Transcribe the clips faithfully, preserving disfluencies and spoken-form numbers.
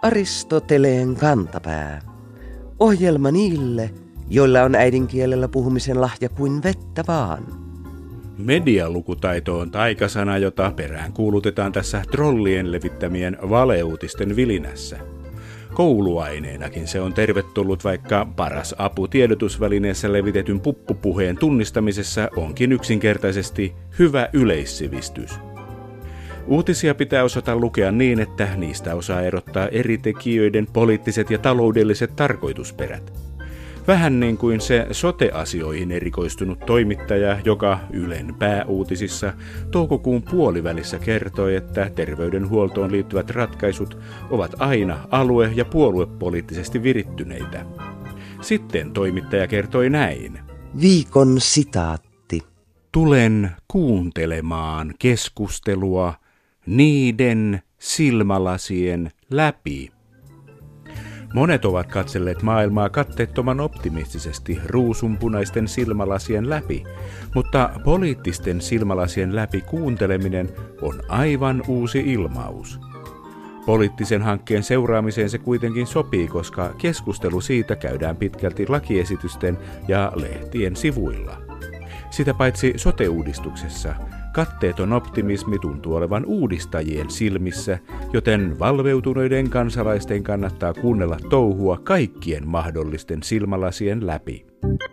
Aristoteleen kantapää. Ohjelma niille, joilla on äidinkielellä puhumisen lahja kuin vettä vaan. Medialukutaito on taikasana, jota perään kuulutetaan tässä trollien levittämien valeuutisten vilinässä. Kouluaineenakin se on tervetullut, vaikka paras apu tiedotusvälineessä levitetyn puppupuheen tunnistamisessa onkin yksinkertaisesti hyvä yleissivistys. Uutisia pitää osata lukea niin, että niistä osaa erottaa eri tekijöiden poliittiset ja taloudelliset tarkoitusperät. Vähän niin kuin se sote-asioihin erikoistunut toimittaja, joka Ylen pääuutisissa toukokuun puolivälissä kertoi, että terveydenhuoltoon liittyvät ratkaisut ovat aina alue- ja puoluepoliittisesti virittyneitä. Sitten toimittaja kertoi näin. Viikon sitaatti. Tulen kuuntelemaan keskustelua niiden silmälasien läpi. Monet ovat katselleet maailmaa katteettoman optimistisesti ruusunpunaisten silmälasien läpi, mutta poliittisten silmälasien läpi kuunteleminen on aivan uusi ilmaus. Poliittisen hankkeen seuraamiseen se kuitenkin sopii, koska keskustelu siitä käydään pitkälti lakiesitysten ja lehtien sivuilla. Sitä paitsi sote-uudistuksessa katteeton optimismi tuntuu olevan uudistajien silmissä, joten valveutuneiden kansalaisten kannattaa kuunnella touhua kaikkien mahdollisten silmälasien läpi.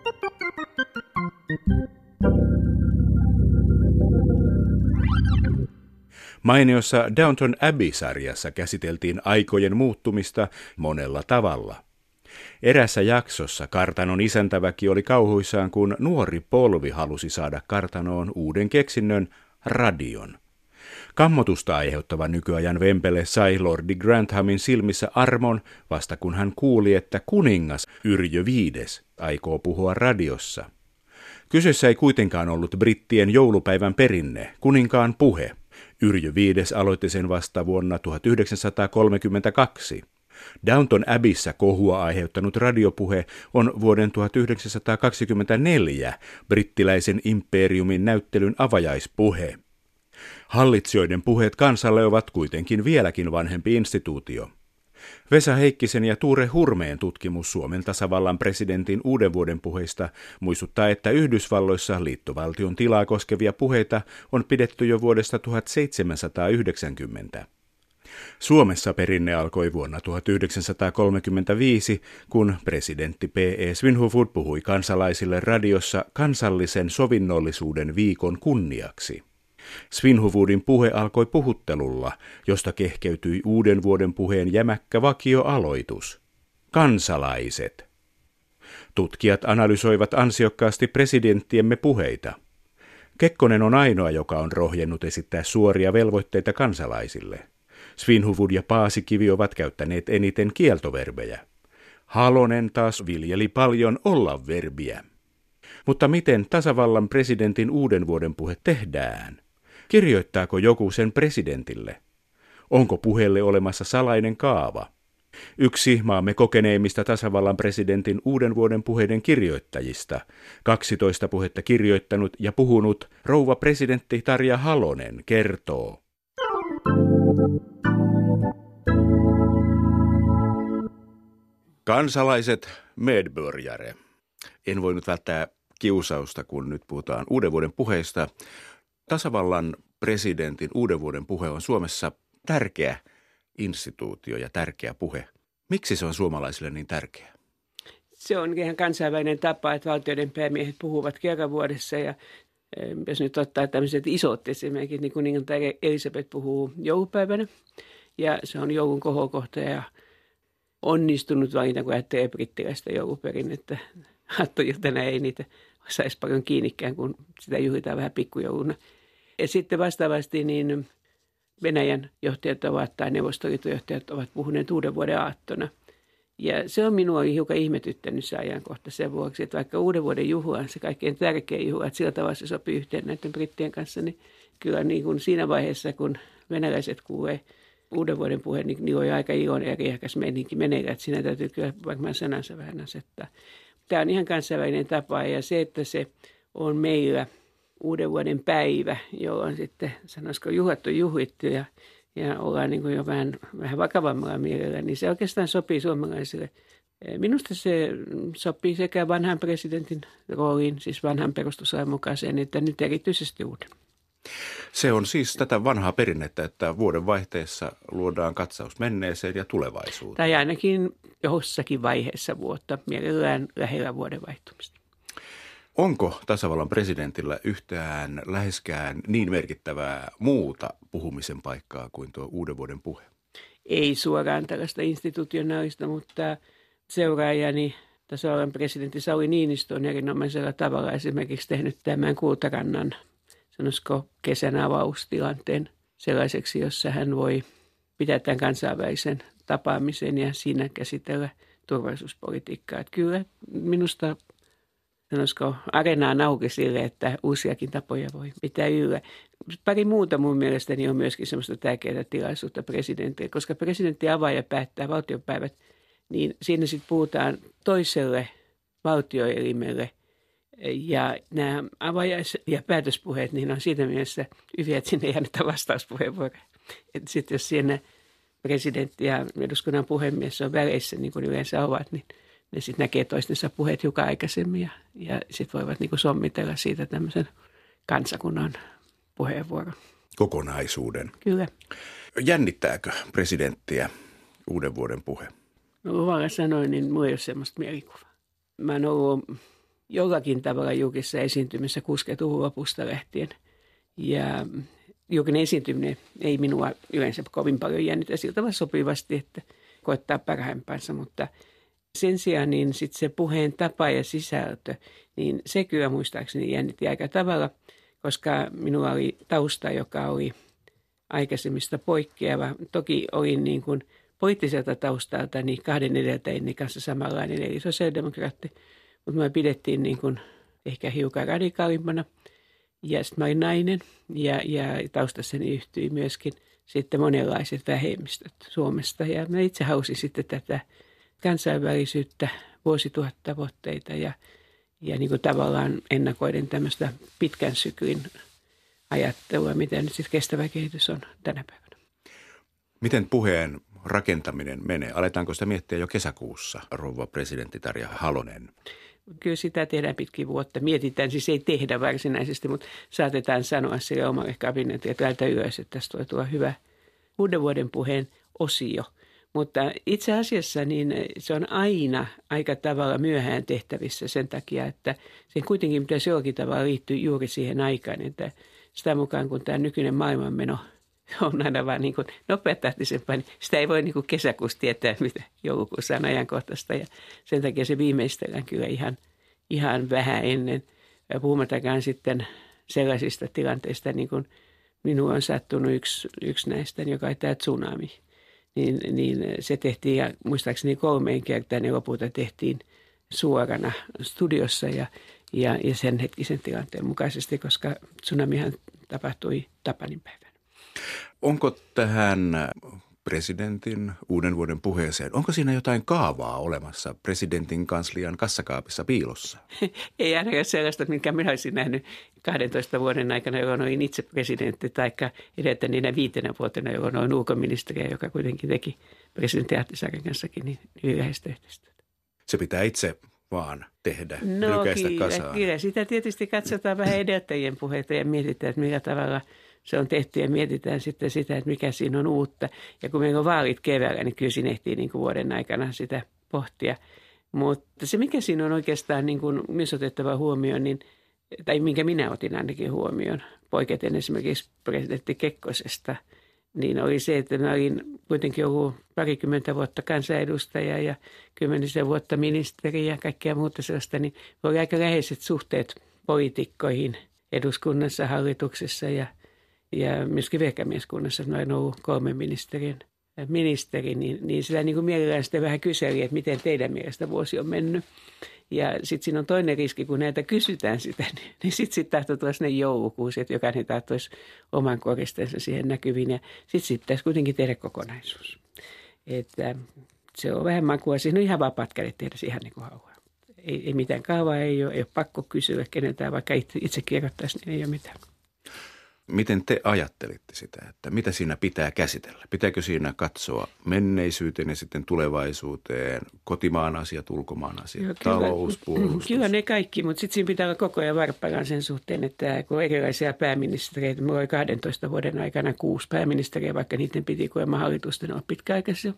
Mainiossa Downton Abbey-sarjassa käsiteltiin aikojen muuttumista monella tavalla. Erässä jaksossa kartanon isäntäväki oli kauhuissaan, kun nuori polvi halusi saada kartanoon uuden keksinnön, radion. Kammotusta aiheuttava nykyajan vempele sai lordi Granthamin silmissä armon vasta kun hän kuuli, että kuningas Yrjö viides aikoo puhua radiossa. Kyseessä ei kuitenkaan ollut brittien joulupäivän perinne, kuninkaan puhe. Yrjö viides aloitti sen vasta vuonna tuhatyhdeksänsataakolmekymmentäkaksi. Downton Abbeyssä kohua aiheuttanut radiopuhe on vuoden tuhatyhdeksänsataakaksikymmentäneljä brittiläisen imperiumin näyttelyn avajaispuhe. Hallitsijoiden puheet kansalle ovat kuitenkin vieläkin vanhempi instituutio. Vesa Heikkisen ja Tuure Hurmeen tutkimus Suomen tasavallan presidentin uuden vuoden puheista muistuttaa, että Yhdysvalloissa liittovaltion tilaa koskevia puheita on pidetty jo vuodesta tuhatseitsemänsataayhdeksänkymmentä. Suomessa perinne alkoi vuonna tuhatyhdeksänsataakolmekymmentäviisi, kun presidentti P E Svinhufvud puhui kansalaisille radiossa kansallisen sovinnollisuuden viikon kunniaksi. Svinhufvudin puhe alkoi puhuttelulla, josta kehkeytyi uuden vuoden puheen jämäkkä vakioaloitus. Kansalaiset. Tutkijat analysoivat ansiokkaasti presidenttiemme puheita. Kekkonen on ainoa, joka on rohjennut esittää suoria velvoitteita kansalaisille. Svinhufvud ja Paasikivi ovat käyttäneet eniten kieltoverbejä. Halonen taas viljeli paljon olla-verbiä. Mutta miten tasavallan presidentin uuden vuoden puhe tehdään? Kirjoittaako joku sen presidentille? Onko puheelle olemassa salainen kaava? Yksi maamme kokeneimmista tasavallan presidentin uuden vuoden puheiden kirjoittajista, kaksitoista puhetta kirjoittanut ja puhunut rouva presidentti Tarja Halonen kertoo. Kansalaiset, medborgare. En voinut välttää kiusausta, kun nyt puhutaan uuden vuoden puheista. Tasavallan presidentin uuden vuoden puhe on Suomessa tärkeä instituutio ja tärkeä puhe. Miksi se on suomalaisille niin tärkeä? Se on ihan kansainvälinen tapa, että valtioiden päämiehet puhuvat kerran vuodessa ja jos nyt ottaa tämmöiset isot esimerkiksi, niin kuningatar Elisabeth puhuu joulupäivänä ja se on joulun kohokohta ja onnistunut valinta, kun ajattelee brittiläistä jouluperinnettä. Aattoiltana ei niitä saisi paljon kiinnikään, kun sitä juhlitaan vähän pikkujouluna. Ja sitten vastaavasti niin Venäjän johtajat ovat tai Neuvostoliiton johtajat ovat puhuneet uuden vuoden aattona. Ja se on minua hiukan ihmetyttänyt se ajankohta sen vuoksi, että vaikka uuden vuoden juhla on se kaikkein tärkein juhla, että sillä tavalla se sopii yhteen näiden brittien kanssa, niin kyllä niin kuin siinä vaiheessa, kun venäläiset kuulee uuden vuoden puheen, niin, niin on aika iloinen ja riehkäs meininki meneillä, että siinä täytyy kyllä varmaan sanansa vähän asettaa. Tämä on ihan kansainvälinen tapa ja se, että se on meillä uuden vuoden päivä, jolloin sitten sanoisiko juhlat on juhlittu ja ja ollaan niin kuin jo vähän, vähän vakavammalla mielellä, niin se oikeastaan sopii suomalaisille. Minusta se sopii sekä vanhan presidentin rooliin, siis vanhan perustuslain mukaiseen, että nyt erityisesti uuden. Se on siis tätä vanhaa perinnettä, että vuoden vaihteessa luodaan katsaus menneeseen ja tulevaisuuteen. Tai ainakin jossakin vaiheessa vuotta, mielellään lähellä vuoden vaihtumista. Onko tasavallan presidentillä yhtään läheskään niin merkittävää muuta puhumisen paikkaa kuin tuo uuden vuoden puhe? Ei suoraan tällaista institutionaalista, mutta seuraajani tasavallan presidentti Sauli Niinistö on erinomaisella tavalla esimerkiksi tehnyt tämän Kultarannan, sanoisiko kesän avaustilanteen sellaiseksi, jossa hän voi pitää tämän kansainvälisen tapaamisen ja siinä käsitellä turvallisuuspolitiikkaa. Että kyllä minusta sanoisiko areenaa auki sille, että uusiakin tapoja voi pitää yllä. Pari muuta mun mielestäni on myöskin semmoista tärkeää tilaisuutta presidentille, koska presidentti avaa ja päättää valtiopäivät, niin siinä sitten puhutaan toiselle valtioelimelle. Ja nämä avajais- ja päätöspuheet, niin on siitä mielessä hyviä, että sinne ei anneta vastauspuheenvuoroja. Sitten jos siinä presidentti ja eduskunnan puhemies on väleissä, niin kuin yleensä ovat, niin ne sitten näkee toistensa puheet hiukan aikaisemmin ja, ja sitten voivat niin kuin sommitella siitä tämmöisen kansakunnan puheenvuoron. Kokonaisuuden. Kyllä. Jännittääkö presidenttiä uuden vuoden puhe? No luvalla sanoin, niin mulla ei ole semmoista mielikuvaa. Mä oon ollut jollakin tavalla julkisessa esiintymisessä kuusikymmentäluvun lopusta lähtien. Ja julkinen esiintyminen ei minua yleensä kovin paljon jännitä siltä vaan sopivasti, että koettaa parhaimpansa, mutta sen sijaan niin sit se puheen tapa ja sisältö, niin se kyllä muistaakseni jännitti aika tavalla, koska minulla oli tausta, joka oli aikaisemmista poikkeava. Toki olin niin kuin poliittiselta taustalta niin kahden edeltäjäni kanssa samanlainen, eli sosiaalidemokraatti, mutta me pidettiin niin kuin ehkä hiukan radikaalimpana. Ja sitten mä olin nainen ja, ja taustassani yhtyi myöskin sitten monenlaiset vähemmistöt Suomesta. Ja mä itse halusin sitten tätä kansainvälisyyttä, vuosituhattavoitteita ja, ja niin kuin tavallaan ennakoiden tämmöistä pitkän syklin ajattelua, mitä nyt sitten kestävä kehitys on tänä päivänä. Miten puheen rakentaminen menee? Aletaanko sitä miettiä jo kesäkuussa, rouva presidentti Tarja Halonen? Kyllä sitä tehdään pitkin vuotta. Mietitään, siis ei tehdä varsinaisesti, mutta saatetaan sanoa sille omalle kabinetille täältä ylös, että tästä voi tulla hyvä uuden vuoden puheen osio. Mutta itse asiassa niin se on aina aika tavalla myöhään tehtävissä sen takia, että sen kuitenkin pitäisi jollakin tavalla liittyä juuri siihen aikaan, että sitä mukaan kun tämä nykyinen maailmanmeno on aina vaan niin kuin nopeatahtisempaa, niin sitä ei voi niin kuin kesäkuussa tietää, mitä joulukuussa on ajankohtaista. Ja sen takia se viimeistellään kyllä ihan, ihan vähän ennen. Puhumattakaan sitten sellaisista tilanteista, niin kuin minulla on sattunut yksi, yksi näistä, joka on tämä tsunami. Niin, niin se tehtiin, ja muistaakseni kolmeen kertaan ne lopulta tehtiin suorana studiossa ja, ja, ja sen hetkisen tilanteen mukaisesti, koska tsunamihan tapahtui Tapanin päivänä. Onko tähän presidentin uuden vuoden puheeseen, onko siinä jotain kaavaa olemassa presidentin kanslian kassakaapissa piilossa? Ei ainakaan sellaista, minkä minä olisin nähnyt kahdentoista vuoden aikana, jolloin olin itse presidentti, tai edeltäneenä viitenä vuotena, jolloin olin ulkoministeriä, joka kuitenkin teki presidentti Ahtisaaren kanssakin niin hyvin läheistä yhteistyötä. Se pitää itse vaan tehdä, no, lykäistä kyllä, kasaan. Kyllä, sitä tietysti katsotaan vähän edeltäjien puheita ja mietitään, että millä tavalla se on tehty ja mietitään sitten sitä, että mikä siinä on uutta. Ja kun meillä on vaalit keväällä, niin kyllä siinä ehtii niin kuin vuoden aikana sitä pohtia. Mutta se, mikä siinä on oikeastaan niin kuin myös otettava huomioon, niin, tai minkä minä otin ainakin huomioon, poiketen esimerkiksi presidentti Kekkosesta, niin oli se, että mä olin kuitenkin ollut parikymmentä vuotta kansanedustaja ja kymmenisen vuotta ministeri ja kaikkea muuta sellaista, niin oli aika läheiset suhteet poliitikkoihin eduskunnassa, hallituksessa ja Ja myöskin virkamieskunnassa, mä olen ollut kolmen ministerin ministeri, niin, niin sitä niin kuin mielellään sitten vähän kyseli, että miten teidän mielestä vuosi on mennyt. Ja sitten siinä on toinen riski, kun näitä kysytään sitä, niin, niin sitten sit tahtoo tulla sinne joulukuusi, että jokainen tahtoisi oman koristensa siihen näkyviin. Ja sitten sit pitäisi kuitenkin tehdä kokonaisuus. Että se on vähän makua. Siinä on ihan vapaat kädet tehdä ihan niin kuin haluaa. Ei, ei mitään kaavaa, ei ole, ei ole pakko kysyä keneltään, vaikka itse, itse kirjoittaisi, niin ei ole mitään. Miten te ajattelitte sitä, että mitä siinä pitää käsitellä? Pitääkö siinä katsoa menneisyyteen ja sitten tulevaisuuteen, kotimaan asiat, ulkomaan asiat, Joo, talous, puolustus? Kyllä ne kaikki, mutta sitten siinä pitää olla koko ajan varppana sen suhteen, että kun erilaisia pääministeriöitä, minulla oli kahdentoista vuoden aikana kuusi pääministeriä, vaikka niiden piti kuulemma hallitusten olla pitkäaikaisia.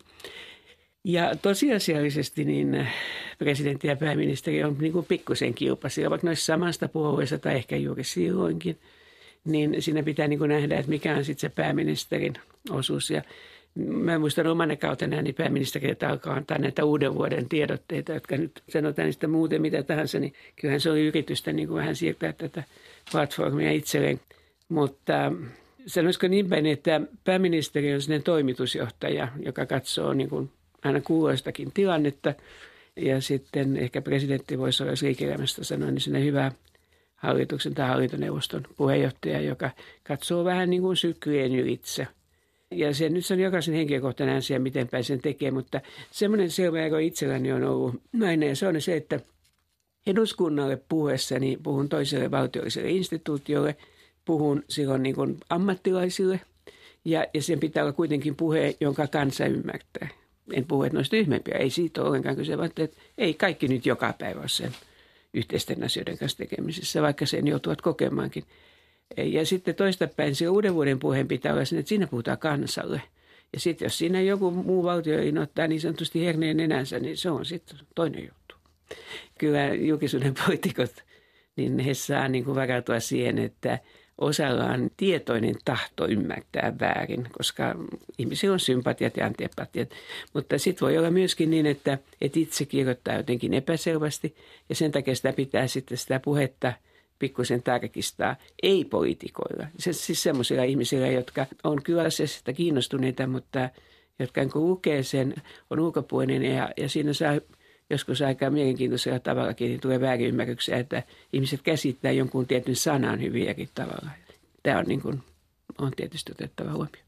Ja tosiasiallisesti niin presidentti ja pääministeri on niin kuin pikkusen kilpaisia, vaikka noissa samasta puolueesta tai ehkä juuri silloinkin. Niin siinä pitää niin kuin nähdä, että mikä on sitten se pääministerin osuus. Ja mä muistan omana kautena, niin pääministeriltä alkaa antaa näitä uuden vuoden tiedotteita, jotka nyt sanotaan niistä muuten mitä tahansa, niin kyllähän se oli yritystä niin kuin vähän siirtää tätä platformia itselleen. Mutta sanoisiko niin päin, että pääministeri on sellainen toimitusjohtaja, joka katsoo niin kuin aina kuuloistakin tilannetta. Ja sitten ehkä presidentti voisi olla, jos liike-elämästä sanoa, niin sellainen hyvä hallituksen tai hallintoneuvoston puheenjohtaja, joka katsoo vähän niin kuin sykkyjen ylitse. Ja se nyt on jokaisen henkilökohtainen asia, miten päin sen tekee, mutta semmoinen selvä ero itselläni on ollut aina, ja se on se, että eduskunnalle puhuessani puhun toiselle valtiolliselle instituutiolle, puhun silloin niin kuin ammattilaisille, ja, ja sen pitää olla kuitenkin puhe, jonka kansa ymmärtää. En puhu, että noista tyhmempiä, ei siitä ole ollenkaan kyse, vaan että ei kaikki nyt joka päivä ole sen yhteisten asioiden kanssa tekemisissä, vaikka sen joutuvat kokemaankin. Ja sitten toistapäin se uuden vuoden puheen pitää olla sen, että siinä puhutaan kansalle. Ja sitten jos siinä joku muu valtio innoittaa niin sanotusti herneen nenänsä, niin se on sitten toinen juttu. Kyllä julkisuuden poliitikot, niin he saa niin kuin varautua siihen, että osalla on tietoinen tahto ymmärtää väärin, koska ihmisillä on sympatiat ja antipatiat. Mutta sitten voi olla myöskin niin, että, että itse kirjoittaa jotenkin epäselvästi ja sen takia sitä pitää sitten sitä puhetta pikkusen tarkistaa, ei poliitikoilla. Se, siis semmoisilla ihmisillä, jotka on kyllä asiasta kiinnostuneita, mutta jotka kun lukee sen, on ulkopuolinen ja, ja siinä saa joskus aika mielenkiintoisella tavallakin niin tulee väärinymmärryksiä, että ihmiset käsittää jonkun tietyn sanan hyvin eri tavalla. Tämä on, niin kuin, on tietysti otettava huomioon.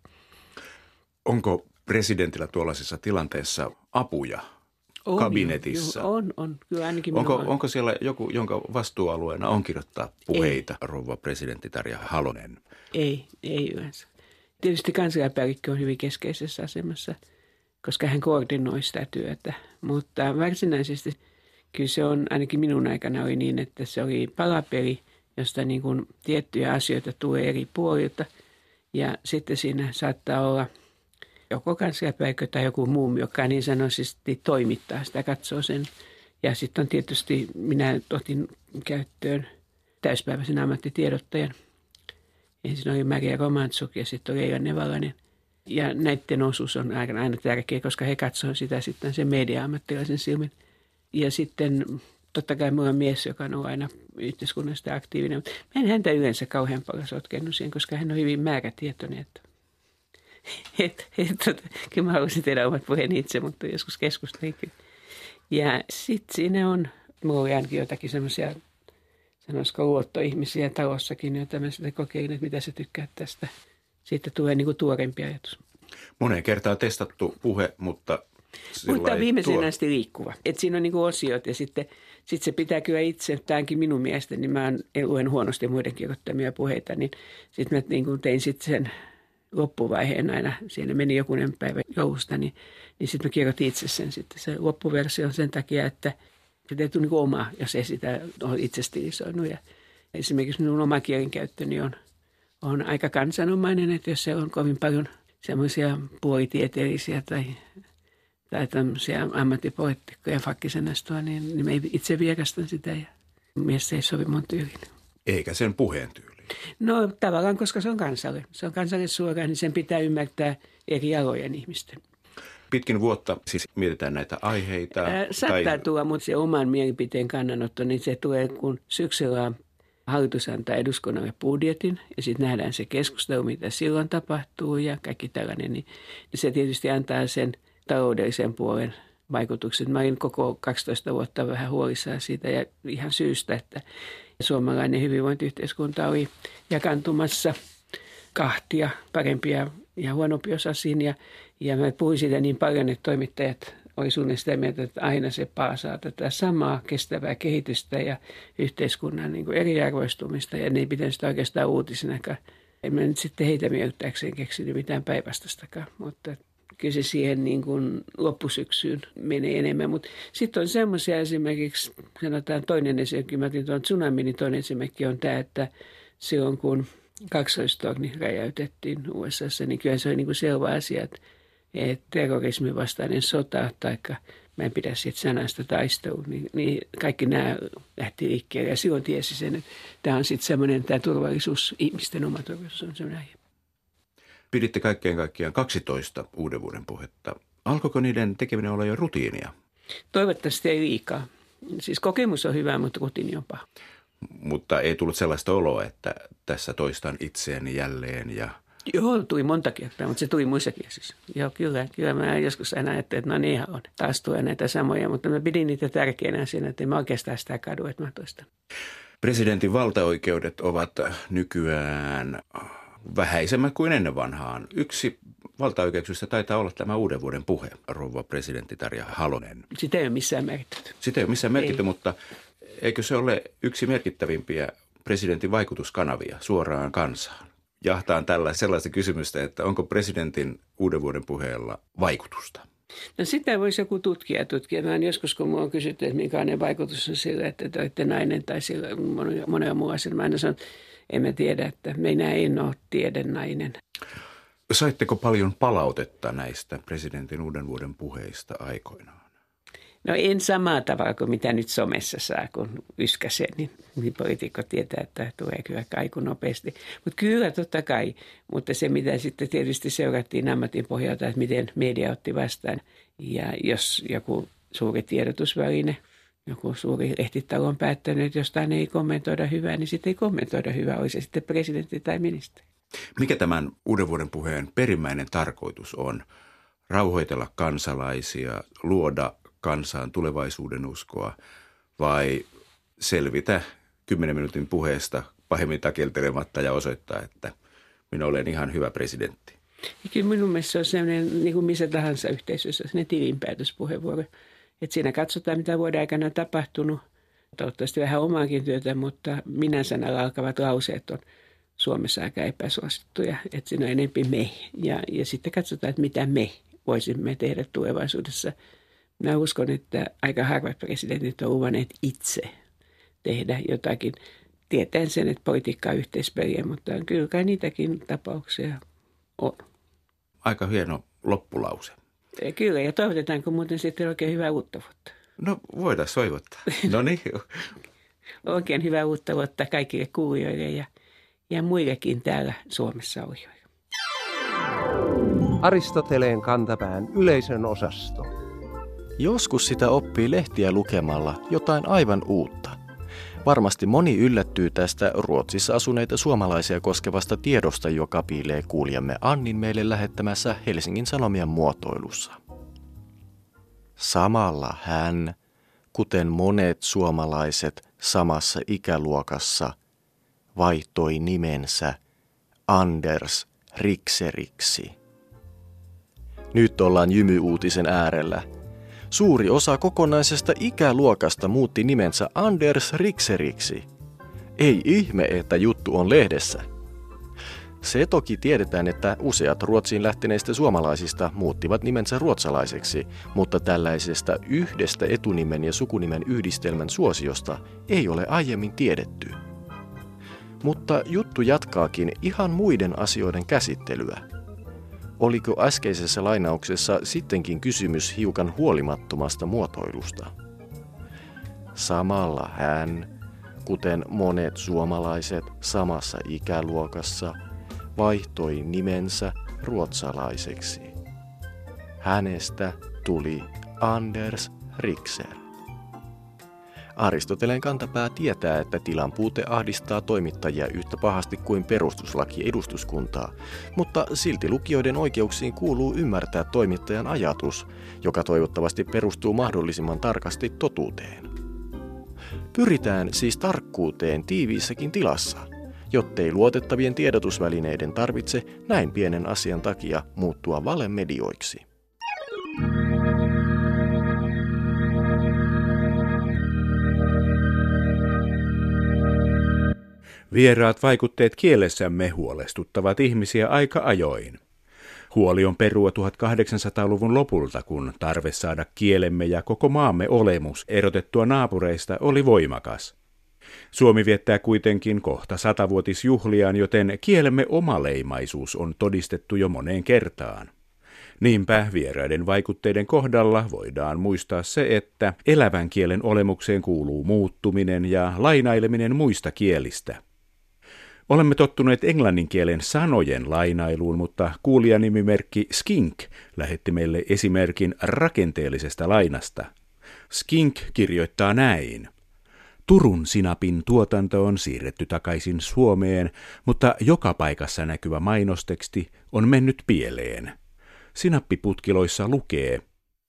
Onko presidentillä tuollaisessa tilanteessa apuja on, kabinetissa? Jo, on, on. Kyllä ainakin onko, on. onko siellä joku, jonka vastuualueena on kirjoittaa puheita, ei. Rouva presidentti Tarja Halonen? Ei, ei yleensä. Tietysti kansliapäällikkö on hyvin keskeisessä asemassa, koska hän koordinoi sitä työtä. Mutta varsinaisesti kyllä se on, ainakin minun aikana oli niin, että se oli palapeli, josta niin kuin tiettyjä asioita tulee eri puolilta. Ja sitten siinä saattaa olla joko kansliapäällikkö tai joku muu, joka niin sanoisesti toimittaa sitä, katsoo sen. Ja sitten on tietysti, minä otin käyttöön täyspäiväisen ammattitiedottajan. Ensin oli Maria Romantsuk ja sitten oli Eila Nevalainen. Ja näiden osuus on aina, aina tärkeä, koska he katsovat sitä sitten sen media-ammattilaisen silmin. Ja sitten totta kai minulla on mies, joka on aina yhteiskunnasta aktiivinen. Mutta mä en häntä yleensä kauhean paljon sotkennut siihen, koska hän on hyvin määrätietoinen. Että, et, et, et, kyllä mä haluaisin tehdä omat puheeni itse, mutta joskus keskustelin kyllä. Ja sitten siinä on, minulla oli ainakin jotakin semmoisia, sanoisiko luottoihmisiä talossakin, joita mä sitten kokeilin, että mitä sä tykkäät tästä. Siitä tulee niin kuin tuorempi ajatus. Moneen kertaan testattu puhe, mutta Mutta viimeisen tuo... asti liikkuva. Et siinä on niin kuin osiot ja sitten sit se pitää kyllä itse, tämänkin minun mielestä, niin mä luen huonosti muiden kirjoittamia puheita, niin sitten mä niin kuin tein sitten sen loppuvaiheen aina. Siinä meni jokunen päivä joulusta, niin, niin sitten mä kirjoitin itse sen sitten se loppuversio sen takia, että se ei tule niin kuin oma, jos ei sitä ole itse stilisoinut. Ja esimerkiksi minun oma kielenkäyttöni on on aika kansanomainen, että jos se on kovin paljon semmoisia puolitieteellisiä tai, tai tämmöisiä ammattipoliitikkoja fakkisenastoa, niin, niin me itse vierastan sitä ja mielestäni ei sovi mun tyyliin. Eikä sen puheen tyyliin. No tavallaan, koska se on kansalle. Se on kansalle suoraan, niin sen pitää ymmärtää eri alojen ihmisten. Pitkin vuotta siis mietitään näitä aiheita. Ää, saattaa tai... tulla, mutta se oman mielipiteen kannanotto, niin se tulee kun syksyllä hallitus antaa eduskunnalle budjetin ja sitten nähdään se keskustelu, mitä silloin tapahtuu ja kaikki tällainen. Niin se tietysti antaa sen taloudellisen puolen vaikutukset. Mä olin koko kaksitoista vuotta vähän huolissaan siitä ja ihan syystä, että suomalainen hyvinvointiyhteiskunta oli jakantumassa kahtia, parempia ja huonompia osasiin. Ja, ja mä puhuin siitä niin paljon, että toimittajat oli suunnilleen sitä mieltä, että aina se paasaa tätä samaa kestävää kehitystä ja yhteiskunnan niin kuin eriarvoistumista. Ja ne ei pitänyt sitä oikeastaan uutisena En mä nyt sitten heitä mieltääkseen keksinyt mitään päinvastaistakaan, mutta kyllä se siihen niin kuin loppusyksyyn menee enemmän. Mutta sitten on semmoisia esimerkiksi, sanotaan toinen esimerkki, mä otin tuon tsunami, niin toinen esimerkki on tämä, että silloin kun kaksoistorni räjäytettiin U S A:ssa, niin kyllä se on niin kuin selvä asia, että, että terrorismin vastainen sota, taikka mä en pidä siitä sanasta taistelua, niin, niin kaikki nämä lähti liikkeelle. Ja silloin tiesi sen, että tämä on sitten semmoinen, tämä turvallisuus, ihmisten oma turvallisuus on semmoinen aihe. Piditte kaikkein kaikkiaan kaksitoista uuden vuoden puhetta. Alkoiko niiden tekeminen olla jo rutiinia? Toivottavasti ei liikaa. Siis kokemus on hyvä, mutta rutiini on paha. Mutta ei tullut sellaista oloa, että tässä toistan itseäni jälleen ja... Joo, tuli monta kertaa, mutta se tuli muissakin siis. Joo, kyllä, kyllä mä joskus aina ajattelin, että no niinhän on. Taas tulee näitä samoja, mutta mä pidin niitä tärkeänä siinä, että en mä oikeastaan sitä kadu, että mä toistan. Presidentin valtaoikeudet ovat nykyään vähäisemmät kuin ennen vanhaan. Yksi valtaoikeuksista taitaa olla tämä uuden vuoden puhe, rouva presidentti Tarja Halonen. Sitä ei ole missään merkitty. Sitä ei ole missään merkitty, ei. Mutta eikö se ole yksi merkittävimpiä presidentin vaikutuskanavia suoraan kansaan? Jahtaan tällä sellaista kysymystä, että onko presidentin uuden vuoden puheella vaikutusta? No sitä voisi joku tutkija tutkia. Mä joskus, kun minua on kysytty, että minkälainen vaikutus on sillä, että te olette nainen tai sillä monella muu asialla. Mä aina sanon, että emme tiedä, että minä en ole tiedenainen. Saitteko paljon palautetta näistä presidentin uuden vuoden puheista aikoinaan? No en samaa tavalla kuin mitä nyt somessa saa, kun yskäsen, niin, niin poliitikko tietää, että tulee kyllä kaiku nopeasti. Mutta kyllä totta kai, mutta se mitä sitten tietysti seurattiin ammatin pohjalta, että miten media otti vastaan. Ja jos joku suuri tiedotusväline, joku suuri lehtitalo on päättänyt, että jostain ei kommentoida hyvää, niin sitten ei kommentoida hyvää, olisi se sitten presidentti tai ministeri. Mikä tämän uuden vuoden puheen perimmäinen tarkoitus on? Rauhoitella kansalaisia, luoda kansaan tulevaisuuden uskoa vai selvitä kymmenen minuutin puheesta pahemmin takeltelematta ja osoittaa, että minä olen ihan hyvä presidentti? Ja kyllä minun mielestä se on sellainen, niin kuin missä tahansa yhteisössä, sellainen tilinpäätöspuheenvuoro. Että siinä katsotaan, mitä vuoden aikana on tapahtunut. Toivottavasti vähän omaakin työtä, mutta minä sanalla alkavat lauseet on Suomessa aika epäsuosittuja. Että siinä on enempi me. Ja, ja sitten katsotaan, että mitä me voisimme tehdä tulevaisuudessa. Minä uskon, että aika harvat presidentit on luvanneet itse tehdä jotakin. Tietäen sen, että politiikka on yhteispeliä, mutta kyllä kai niitäkin tapauksia on. Aika hieno loppulause. Kyllä, ja toivotetaanko muuten sitten oikein hyvää uutta vuotta? No voidaan soivottaa. No niin. Oikein hyvää uutta vuotta kaikille kuulijoille ja, ja muillekin täällä Suomessa olijoille. Aristoteleen kantapään yleisön osasto. Joskus sitä oppii lehtiä lukemalla jotain aivan uutta. Varmasti moni yllättyy tästä Ruotsissa asuneita suomalaisia koskevasta tiedosta, joka piilee kuulijamme Annin meille lähettämässä Helsingin Sanomien muotoilussa. Samalla hän, kuten monet suomalaiset samassa ikäluokassa, vaihtoi nimensä Anders Rikseriksi. Nyt ollaan jymyuutisen äärellä. Suuri osa kokonaisesta ikäluokasta muutti nimensä Anders Rikseriksi. Ei ihme, että juttu on lehdessä. Se toki tiedetään, että useat Ruotsiin lähteneistä suomalaisista muuttivat nimensä ruotsalaiseksi, mutta tällaisesta yhdestä etunimen ja sukunimen yhdistelmän suosiosta ei ole aiemmin tiedetty. Mutta juttu jatkaakin ihan muiden asioiden käsittelyä. Oliko äskeisessä lainauksessa sittenkin kysymys hiukan huolimattomasta muotoilusta? Samalla hän, kuten monet suomalaiset samassa ikäluokassa, vaihtoi nimensä ruotsalaiseksi. Hänestä tuli Anders Rikser. Aristoteleen kantapää tietää, että tilan puute ahdistaa toimittajia yhtä pahasti kuin perustuslaki edustuskuntaa, mutta silti lukijoiden oikeuksiin kuuluu ymmärtää toimittajan ajatus, joka toivottavasti perustuu mahdollisimman tarkasti totuuteen. Pyritään siis tarkkuuteen tiiviissäkin tilassa, jottei luotettavien tiedotusvälineiden tarvitse näin pienen asian takia muuttua valemedioiksi. Vieraat vaikutteet kielessämme huolestuttavat ihmisiä aika ajoin. Huoli on perua tuhatkahdeksansataaluvun lopulta, kun tarve saada kielemme ja koko maamme olemus erotettua naapureista oli voimakas. Suomi viettää kuitenkin kohta satavuotisjuhliaan, joten kielemme omaleimaisuus on todistettu jo moneen kertaan. Niinpä vieraiden vaikutteiden kohdalla voidaan muistaa se, että elävän kielen olemukseen kuuluu muuttuminen ja lainaileminen muista kielistä. Olemme tottuneet englannin kielen sanojen lainailuun, mutta kuulijanimimerkki Skink lähetti meille esimerkin rakenteellisesta lainasta. Skink kirjoittaa näin. Turun sinapin tuotanto on siirretty takaisin Suomeen, mutta joka paikassa näkyvä mainosteksti on mennyt pieleen. Sinappiputkiloissa lukee.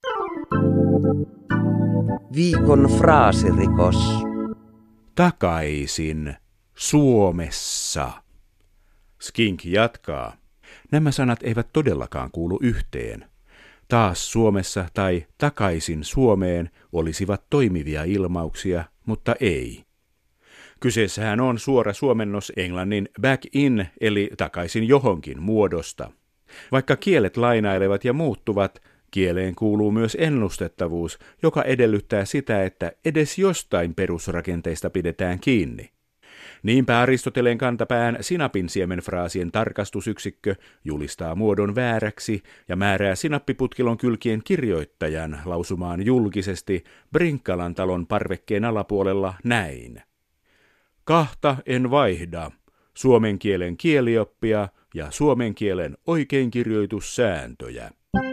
Viikon fraasirikos. Takaisin Suomessa. Skink jatkaa. Nämä sanat eivät todellakaan kuulu yhteen. Taas Suomessa tai takaisin Suomeen olisivat toimivia ilmauksia, mutta ei. Kyseessähän on suora suomennos englannin back in eli takaisin johonkin muodosta. Vaikka kielet lainailevat ja muuttuvat, kieleen kuuluu myös ennustettavuus, joka edellyttää sitä, että edes jostain perusrakenteista pidetään kiinni. Niinpä Aristoteleen kantapään sinapinsiemenfraasien tarkastusyksikkö julistaa muodon vääräksi ja määrää sinappiputkilon kylkien kirjoittajan lausumaan julkisesti Brinkkalan talon parvekkeen alapuolella näin. Kahta en vaihda, suomen kielen kielioppia ja suomen kielen oikeinkirjoitussääntöjä.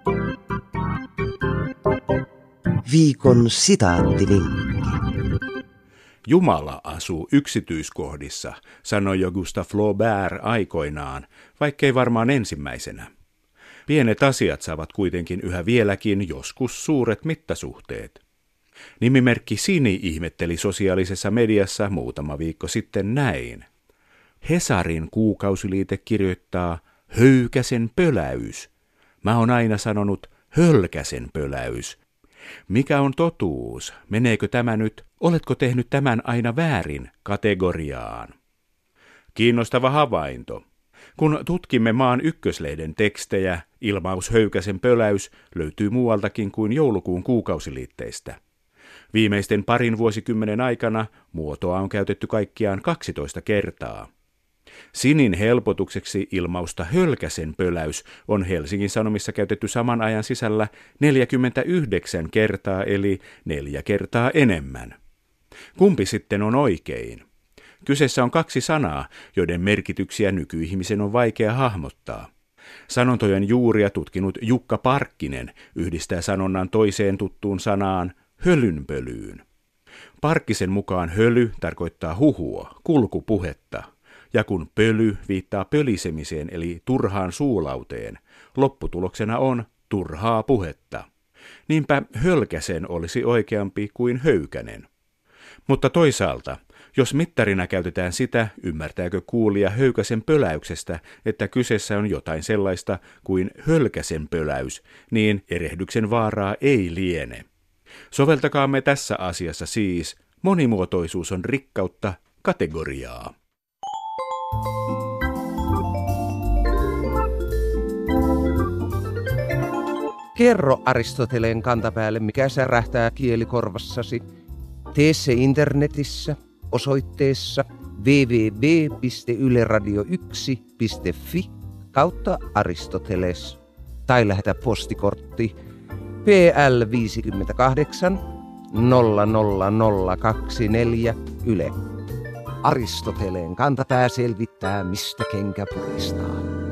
Viikon sitaattivinkki. Jumala asuu yksityiskohdissa, sanoi jo Gustave Flaubert aikoinaan, vaikkei varmaan ensimmäisenä. Pienet asiat saavat kuitenkin yhä vieläkin joskus suuret mittasuhteet. Nimimerkki Sini ihmetteli sosiaalisessa mediassa muutama viikko sitten näin. Hesarin kuukausiliite kirjoittaa höykäsen pöläys. Mä oon aina sanonut hölkäsen pöläys. Mikä on totuus? Meneekö tämä nyt, oletko tehnyt tämän aina väärin kategoriaan? Kiinnostava havainto. Kun tutkimme maan ykköslehden tekstejä, ilmaus höykäsen pöläys löytyy muualtakin kuin joulukuun kuukausiliitteistä. Viimeisten parin vuosikymmenen aikana muotoa on käytetty kaikkiaan kaksitoista kertaa. Sinin helpotukseksi ilmausta hölkäsen pöläys on Helsingin Sanomissa käytetty saman ajan sisällä neljäkymmentäyhdeksän kertaa eli neljä kertaa enemmän. Kumpi sitten on oikein? Kyseessä on kaksi sanaa, joiden merkityksiä nykyihmisen on vaikea hahmottaa. Sanontojen juuria tutkinut Jukka Parkkinen yhdistää sanonnan toiseen tuttuun sanaan hölynpölyyn. Parkkisen mukaan höly tarkoittaa huhua, kulkupuhetta. Ja kun pöly viittaa pölisemiseen eli turhaan suulauteen, lopputuloksena on turhaa puhetta. Niinpä hölkäsen olisi oikeampi kuin höykänen. Mutta toisaalta, jos mittarina käytetään sitä, ymmärtääkö kuulija höykäsen pöläyksestä, että kyseessä on jotain sellaista kuin hölkäsen pöläys, niin erehdyksen vaaraa ei liene. Soveltakaamme tässä asiassa siis, monimuotoisuus on rikkautta, kategoriaa. Kerro Aristoteleen kantapäälle, mikä särähtää kielikorvassasi. Tee se internetissä osoitteessa double-u double-u double-u piste yle radio yksi piste fi kautta Aristoteles tai lähetä postikortti P L viisikymmentäkahdeksan nolla nolla nolla kaksikymmentäneljä Yle. Aristoteleen kantapää selvittää, mistä kenkä puristaa.